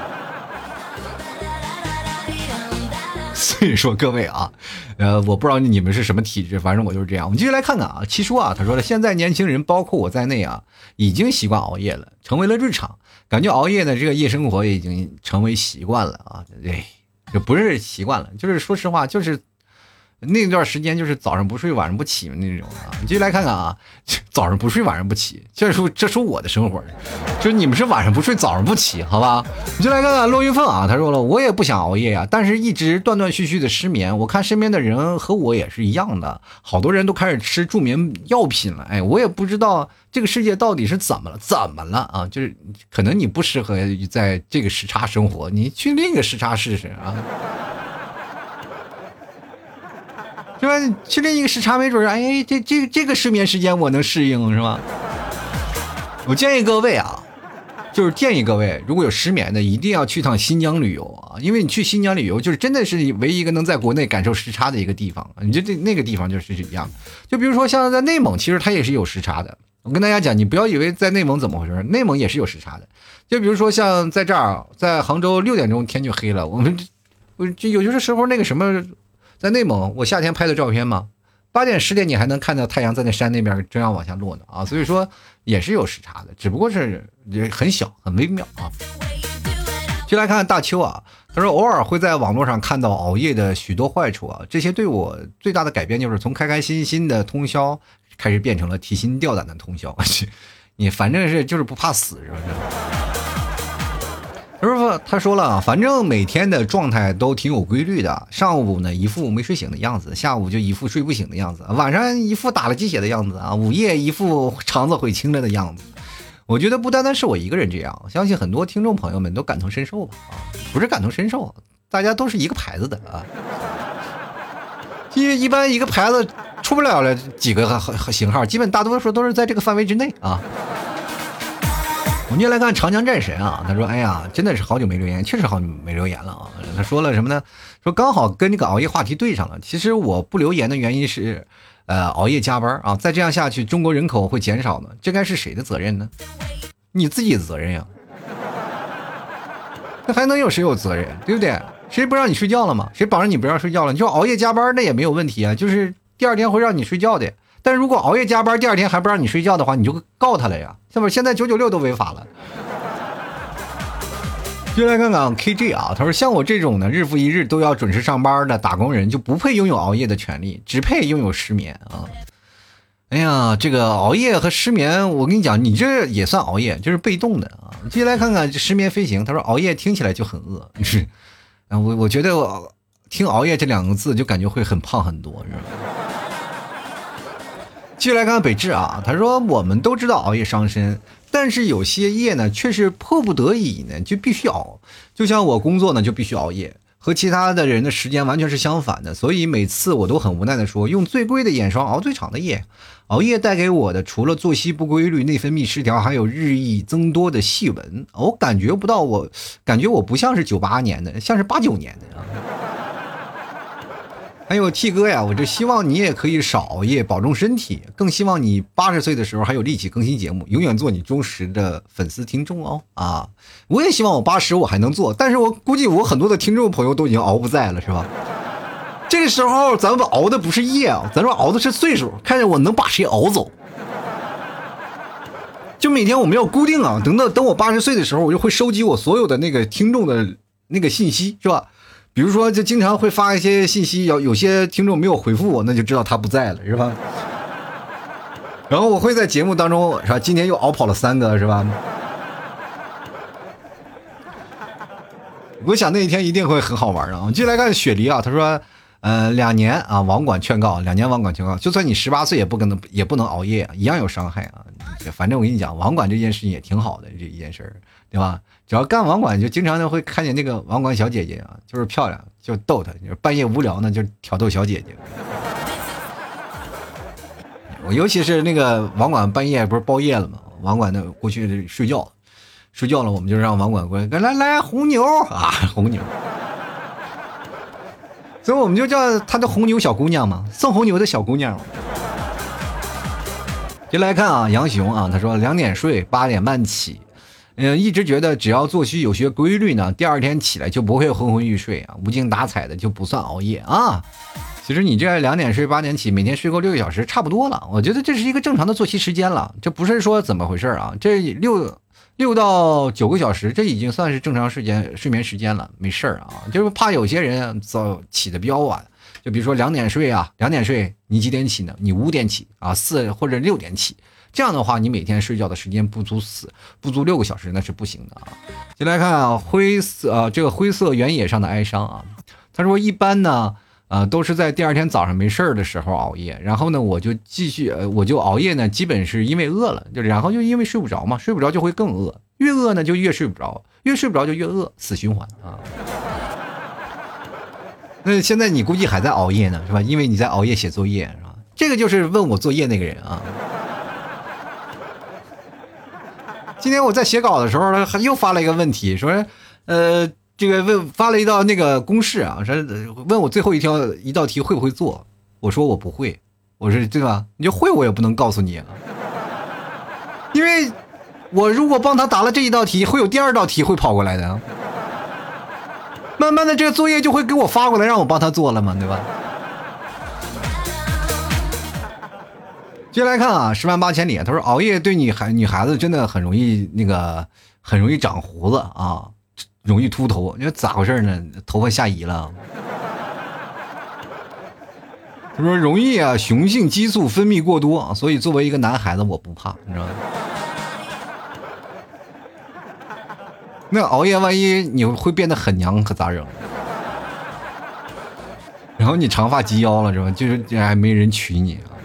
所以说各位啊，呃，我不知道你们是什么体质，反正我就是这样。我们继续来看看啊，七叔啊，他说了，现在年轻人包括我在内啊，已经习惯熬夜了，成为了日常，感觉熬夜的这个夜生活也已经成为习惯了啊，对。就不是习惯了，就是说实话，就是那段时间就是早上不睡晚上不起那种啊。你继续来看看啊，早上不睡晚上不起，这是这是我的生活，就是你们是晚上不睡早上不起，好吧？你就来看看骆云凤啊，他说了，我也不想熬夜呀、啊，但是一直断断续续的失眠，我看身边的人和我也是一样的，好多人都开始吃助眠药品了，哎，我也不知道这个世界到底是怎么了，怎么了啊？就是可能你不适合在这个时差生活，你去另一个时差试试啊。是吧？去另一个时差，没准哎，这这这个睡眠时间我能适应，是吧？我建议各位啊，就是建议各位，如果有失眠的，一定要去趟新疆旅游啊，因为你去新疆旅游，就是真的是唯一一个能在国内感受时差的一个地方。你就这那个地方就是一样，就比如说像在内蒙，其实它也是有时差的。我跟大家讲，你不要以为在内蒙怎么回事，内蒙也是有时差的。就比如说像在这儿，在杭州六点钟天就黑了，我们我就有些时候那个什么。在内蒙，我夏天拍的照片嘛，八点十点你还能看到太阳在那山那边这样往下落呢啊，所以说也是有时差的，只不过是很小很微妙啊。就来看看大邱啊，他说偶尔会在网络上看到熬夜的许多坏处啊，这些对我最大的改变就是从开开心心的通宵开始变成了提心吊胆的通宵，你反正是就是不怕死，是不是？他说他说了，反正每天的状态都挺有规律的，上午呢一副没睡醒的样子，下午就一副睡不醒的样子，晚上一副打了鸡血的样子啊，午夜一副肠子悔青了的样子。我觉得不单单是我一个人这样，相信很多听众朋友们都感同身受吧啊，不是感同身受，大家都是一个牌子的啊，因为一般一个牌子出不了了几个型号，基本大多数都是在这个范围之内啊。我们就来看长江战神啊，他说哎呀真的是好久没留言，确实好久没留言了啊。他说了什么呢，说刚好跟这个熬夜话题对上了。其实我不留言的原因是呃熬夜加班啊，再这样下去中国人口会减少呢，这该是谁的责任呢？你自己的责任呀，那还能有谁有责任，对不对？谁不让你睡觉了吗？谁绑着你不让睡觉了？你说熬夜加班那也没有问题啊，就是第二天会让你睡觉的。但是如果熬夜加班第二天还不让你睡觉的话，你就告他了呀，是不是？现在九九六都违法了。就来看看 K G 啊，他说像我这种呢日复一日都要准时上班的打工人就不配拥有熬夜的权利，只配拥有失眠啊。哎呀，这个熬夜和失眠，我跟你讲，你这也算熬夜，就是被动的啊。接下来看看失眠飞行，他说熬夜听起来就很饿，是，我我觉得我听熬夜这两个字就感觉会很胖很多，是吧？继续来看看北志啊，他说我们都知道熬夜伤身，但是有些夜呢却是迫不得已呢就必须熬，就像我工作呢就必须熬夜，和其他的人的时间完全是相反的，所以每次我都很无奈的说，用最贵的眼霜熬最长的夜。熬夜带给我的除了作息不规律、内分泌失调，还有日益增多的细纹，我感觉不到我感觉我不像是九八年的，像是八九年的啊。还有 T 哥呀，我就希望你也可以少熬夜，保重身体，更希望你八十岁的时候还有力气更新节目，永远做你忠实的粉丝听众哦啊！我也希望我八十我还能做，但是我估计我很多的听众朋友都已经熬不在了，是吧？这个时候咱们熬的不是夜啊，咱们熬的是岁数，看着我能把谁熬走。就每天我们要固定啊，等到等我八十岁的时候，我就会收集我所有的那个听众的那个信息，是吧？比如说就经常会发一些信息，有有些听众没有回复我，那就知道他不在了，是吧？然后我会在节目当中是吧，今天又熬跑了三个，是吧？我想那一天一定会很好玩啊！继续来看雪梨啊，他说呃两年啊网管劝告，两年网管劝告，就算你十八岁也不可能也不能熬夜，一样有伤害啊。反正我跟你讲，网管这件事情也挺好的，这一件事对吧？只要干网管，就经常的会看见那个网管小姐姐啊，就是漂亮，就逗她，就是半夜无聊呢，就挑逗小姐姐。我尤其是那个网管半夜不是包夜了吗？网管的过去睡觉，睡觉了，我们就让网管过来，来来红牛啊，红牛。所以我们就叫她的红牛小姑娘嘛，送红牛的小姑娘。就来看啊，杨雄啊，他说两点睡，八点半起。嗯，一直觉得只要作息有些规律呢，第二天起来就不会昏昏欲睡啊，无精打采的就不算熬夜啊。其实你这两点睡八点起，每天睡够六个小时差不多了，我觉得这是一个正常的作息时间了，这不是说怎么回事啊？这六六到九个小时，这已经算是正常时间睡眠时间了，没事儿啊。就是怕有些人早起的比较晚，就比如说两点睡啊，两点睡，你几点起呢？你五点起啊，四或者六点起，这样的话，你每天睡觉的时间不足四不足六个小时，那是不行的啊。先来看啊，灰色啊，这个灰色原野上的哀伤啊，他说一般呢。呃，都是在第二天早上没事儿的时候熬夜，然后呢，我就继续，呃，我就熬夜呢，基本是因为饿了，就然后就因为睡不着嘛，睡不着就会更饿，越饿呢就越睡不着，越睡不着就越饿，死循环啊。那现在你估计还在熬夜呢，是吧？因为你在熬夜写作业，是吧？这个就是问我作业那个人啊。今天我在写稿的时候，他又发了一个问题，说，呃。这个问发了一道那个公式啊，说问我最后一条一道题会不会做，我说我不会，我说对吧？你就会我也不能告诉你啊，因为我如果帮他答了这一道题，会有第二道题会跑过来的，慢慢的这个作业就会给我发过来让我帮他做了嘛，对吧？接下来看啊，十万八千里，他说熬夜对女孩女孩子真的很容易那个很容易长胡子啊。容易秃头，你说咋回事呢？头发下移了。他说容易啊，雄性激素分泌过多，所以作为一个男孩子我不怕，你知道吗？那熬夜万一你会变得很娘，可咋整？然后你长发及腰了是吧？就是还没人娶你啊。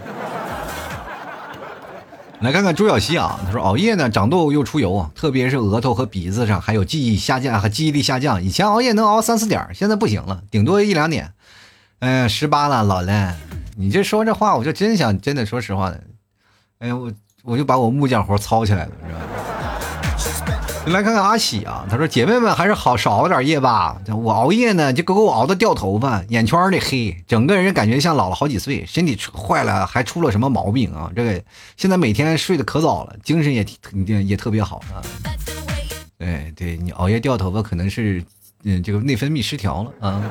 来看看朱小西啊，他说熬夜呢长痘又出油啊，特别是额头和鼻子上，还有记忆下降和记忆力下降。以前熬夜能熬三四点，现在不行了，顶多一两点。哎、呃，十八了，老了。你这说这话，我就真想真的说实话的，哎呀，我我就把我木匠活操起来了，是吧？来看看阿喜啊，他说姐妹们还是好少熬点夜吧，我熬夜呢就给我熬的掉头发，眼圈里黑，整个人感觉像老了好几岁，身体坏了还出了什么毛病啊？这个现在每天睡得可早了，精神也也也特别好啊。对对，你熬夜掉头发可能是嗯这个内分泌失调了啊。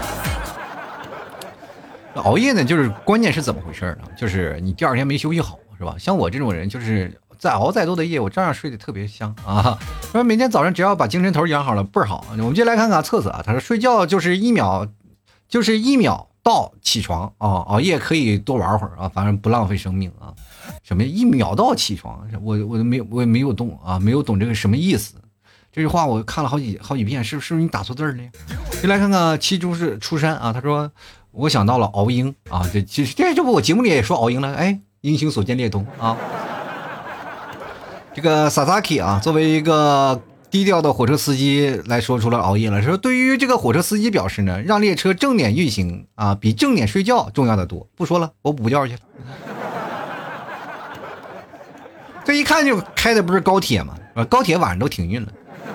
熬夜呢就是关键是怎么回事呢？就是你第二天没休息好是吧？像我这种人就是再熬再多的夜，我照样睡得特别香啊！说每天早上只要把精神头养好了，倍儿好。我们就来看看测测啊，他说睡觉就是一秒，就是一秒到起床啊，熬夜可以多玩会儿啊，反正不浪费生命啊。什么一秒到起床，我我没我也没有懂啊，没有懂这个什么意思。这句话我看了好几好几遍，是不是你打错字了？就来看看七株是出山啊，他说我想到了熬鹰啊，这这这这不我节目里也说熬鹰了，哎，英雄所见略同啊。这个 Sasaki 啊，作为一个低调的火车司机来说出了熬夜了，说对于这个火车司机表示呢，让列车正点运行啊，比正点睡觉重要的多。不说了，我补觉去了。这一看就开的不是高铁嘛，高铁晚上都停运了。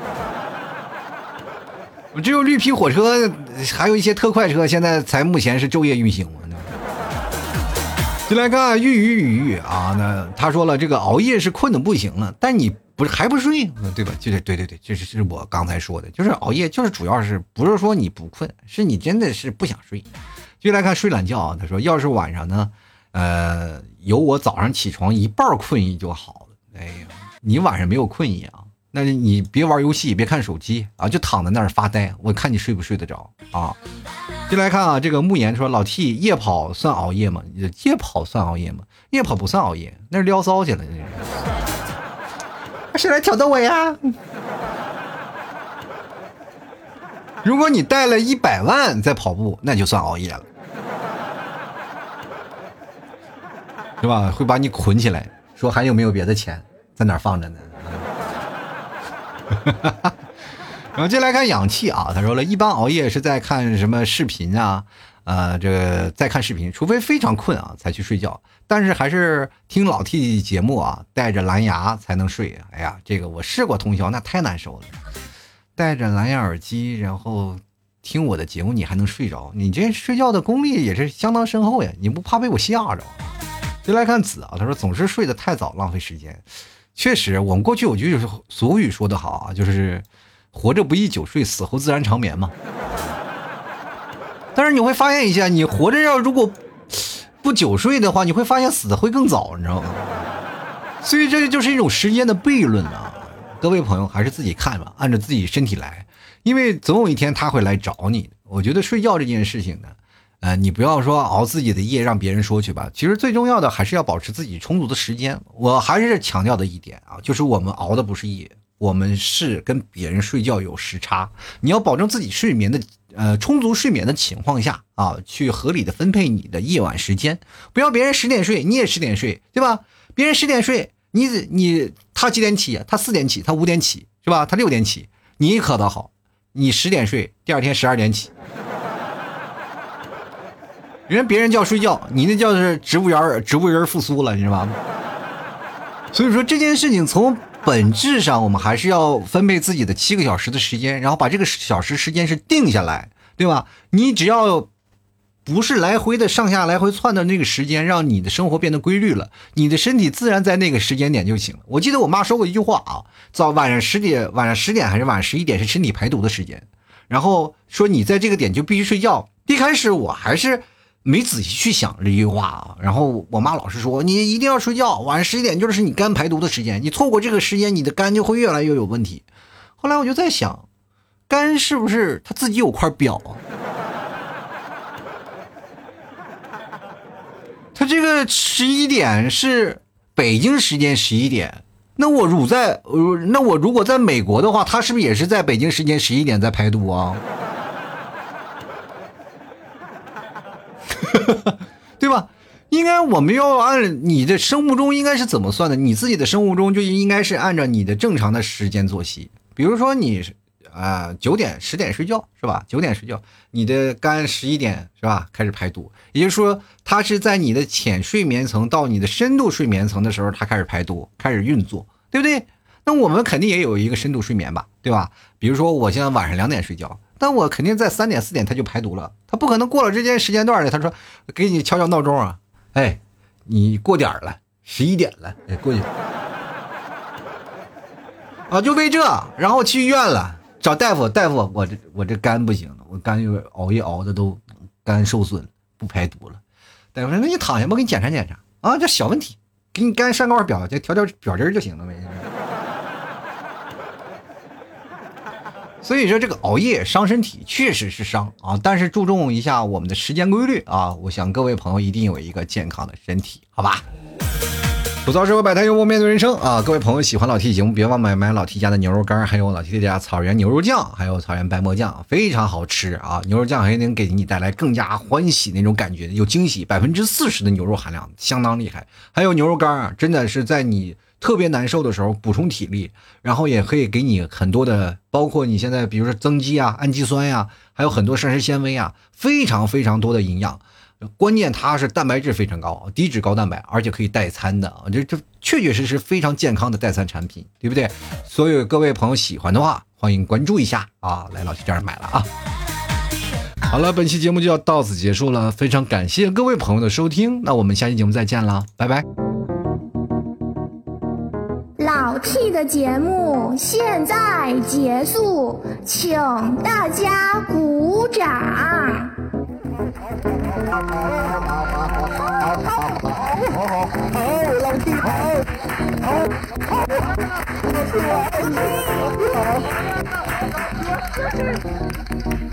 只有绿皮火车，还有一些特快车，现在才目前是昼夜运行嘛。就来看玉玉玉玉啊，那他说了，这个熬夜是困的不行了，但你不是还不睡，对吧？就是对对对，这是是我刚才说的，就是熬夜就是主要是不是说你不困，是你真的是不想睡。就来看睡懒觉啊，他说要是晚上呢，呃，有我早上起床一半困意就好了。哎呀，你晚上没有困意啊？那你别玩游戏，别看手机啊，就躺在那儿发呆，我看你睡不睡得着啊。就来看啊，这个慕言说老 T 夜跑算熬夜吗？夜跑算熬夜吗？夜跑不算熬夜，那是撩骚去了。谁来挑逗我呀？如果你带了一百万在跑步，那就算熬夜了，是吧？会把你捆起来，说还有没有别的钱在哪儿放着呢？然后接下来看氧气啊，他说了一般熬夜是在看什么视频啊，呃，这个在看视频，除非非常困啊才去睡觉，但是还是听老 T 节目啊，带着蓝牙才能睡。哎呀，这个我试过通宵，那太难受了，带着蓝牙耳机然后听我的节目，你还能睡着？你这睡觉的功力也是相当深厚呀，你不怕被我吓着？就来看子啊，他说总是睡得太早，浪费时间。确实，我们过去有句俗语说得好啊，就是活着不宜久睡，死后自然长眠嘛。但是你会发现一下，你活着要如果不久睡的话，你会发现死的会更早，你知道吗？所以这就是一种时间的悖论啊。 各位朋友还是自己看吧，按照自己身体来，因为总有一天他会来找你。我觉得睡觉这件事情呢，呃，你不要说熬自己的夜让别人说去吧，其实最重要的还是要保持自己充足的时间。我还是强调的一点啊，就是我们熬的不是夜，我们是跟别人睡觉有时差，你要保证自己睡眠的呃充足睡眠的情况下啊，去合理的分配你的夜晚时间，不要别人十点睡你也十点睡，对吧？别人十点睡，你你他几点起？他四点起，他五点起，是吧？他六点起，你可倒好，你十点睡，第二天十二点起。人别人叫睡觉，你那叫是植物园植物人复苏了，你知道吗？所以说这件事情从本质上，我们还是要分配自己的七个小时的时间，然后把这个小时时间是定下来，对吧？你只要不是来回的上下来回窜的那个时间，让你的生活变得规律了，你的身体自然在那个时间点就行了。我记得我妈说过一句话啊，早晚上十点，晚上十点还是晚上十一点是身体排毒的时间，然后说你在这个点就必须睡觉。一开始我还是没仔细去想这句话啊，然后我妈老是说你一定要睡觉，晚上十一点就是你肝排毒的时间，你错过这个时间，你的肝就会越来越有问题。后来我就在想，肝是不是它自己有块表啊？它这个十一点是北京时间十一点，那我如在那我如果在美国的话，它是不是也是在北京时间十一点在排毒啊？对吧？应该我们要按你的生物钟应该是怎么算的？你自己的生物钟就应该是按照你的正常的时间作息。比如说你啊九点十点睡觉是吧？九点睡觉，你的肝十一点是吧开始排毒，也就是说它是在你的浅睡眠层到你的深度睡眠层的时候，它开始排毒，开始运作，对不对？那我们肯定也有一个深度睡眠吧，对吧？比如说我现在晚上两点睡觉，但我肯定在三点四点它就排毒了，它不可能过了这间时间段的，他说给你敲敲闹钟啊，哎，你过点了，十一点了，哎，过去啊，就为这，然后去医院了，找大夫，大夫，我这我这肝不行了，我肝又熬夜熬的都肝受损，不排毒了。大夫说那你躺下，我给你检查检查啊，这小问题，给你肝上块表，就调调表针就行了呗。所以说这个熬夜伤身体确实是伤啊，但是注重一下我们的时间规律啊，我想各位朋友一定有一个健康的身体，好吧？吐槽社会百态，幽默面对人生啊！各位朋友喜欢老 T 节目，别忘买买老 T 家的牛肉干，还有老 T 家草原牛肉酱，还有草原白馍酱，非常好吃啊！牛肉酱还能给你带来更加欢喜那种感觉，有惊喜，百分之四十的牛肉含量，相当厉害。还有牛肉干啊，真的是在你特别难受的时候补充体力，然后也可以给你很多的，包括你现在比如说增肌啊、氨基酸呀、啊，还有很多膳食纤维啊，非常非常多的营养。关键它是蛋白质非常高，低脂高蛋白，而且可以代餐的，这这确确实实非常健康的代餐产品，对不对？所以各位朋友喜欢的话，欢迎关注一下啊，来老七这儿买了啊。好了，本期节目就要到此结束了，非常感谢各位朋友的收听，那我们下期节目再见了，拜拜。 老 T 的节目现在结束，请大家鼓掌。好，老 T 好，好，好，好，好，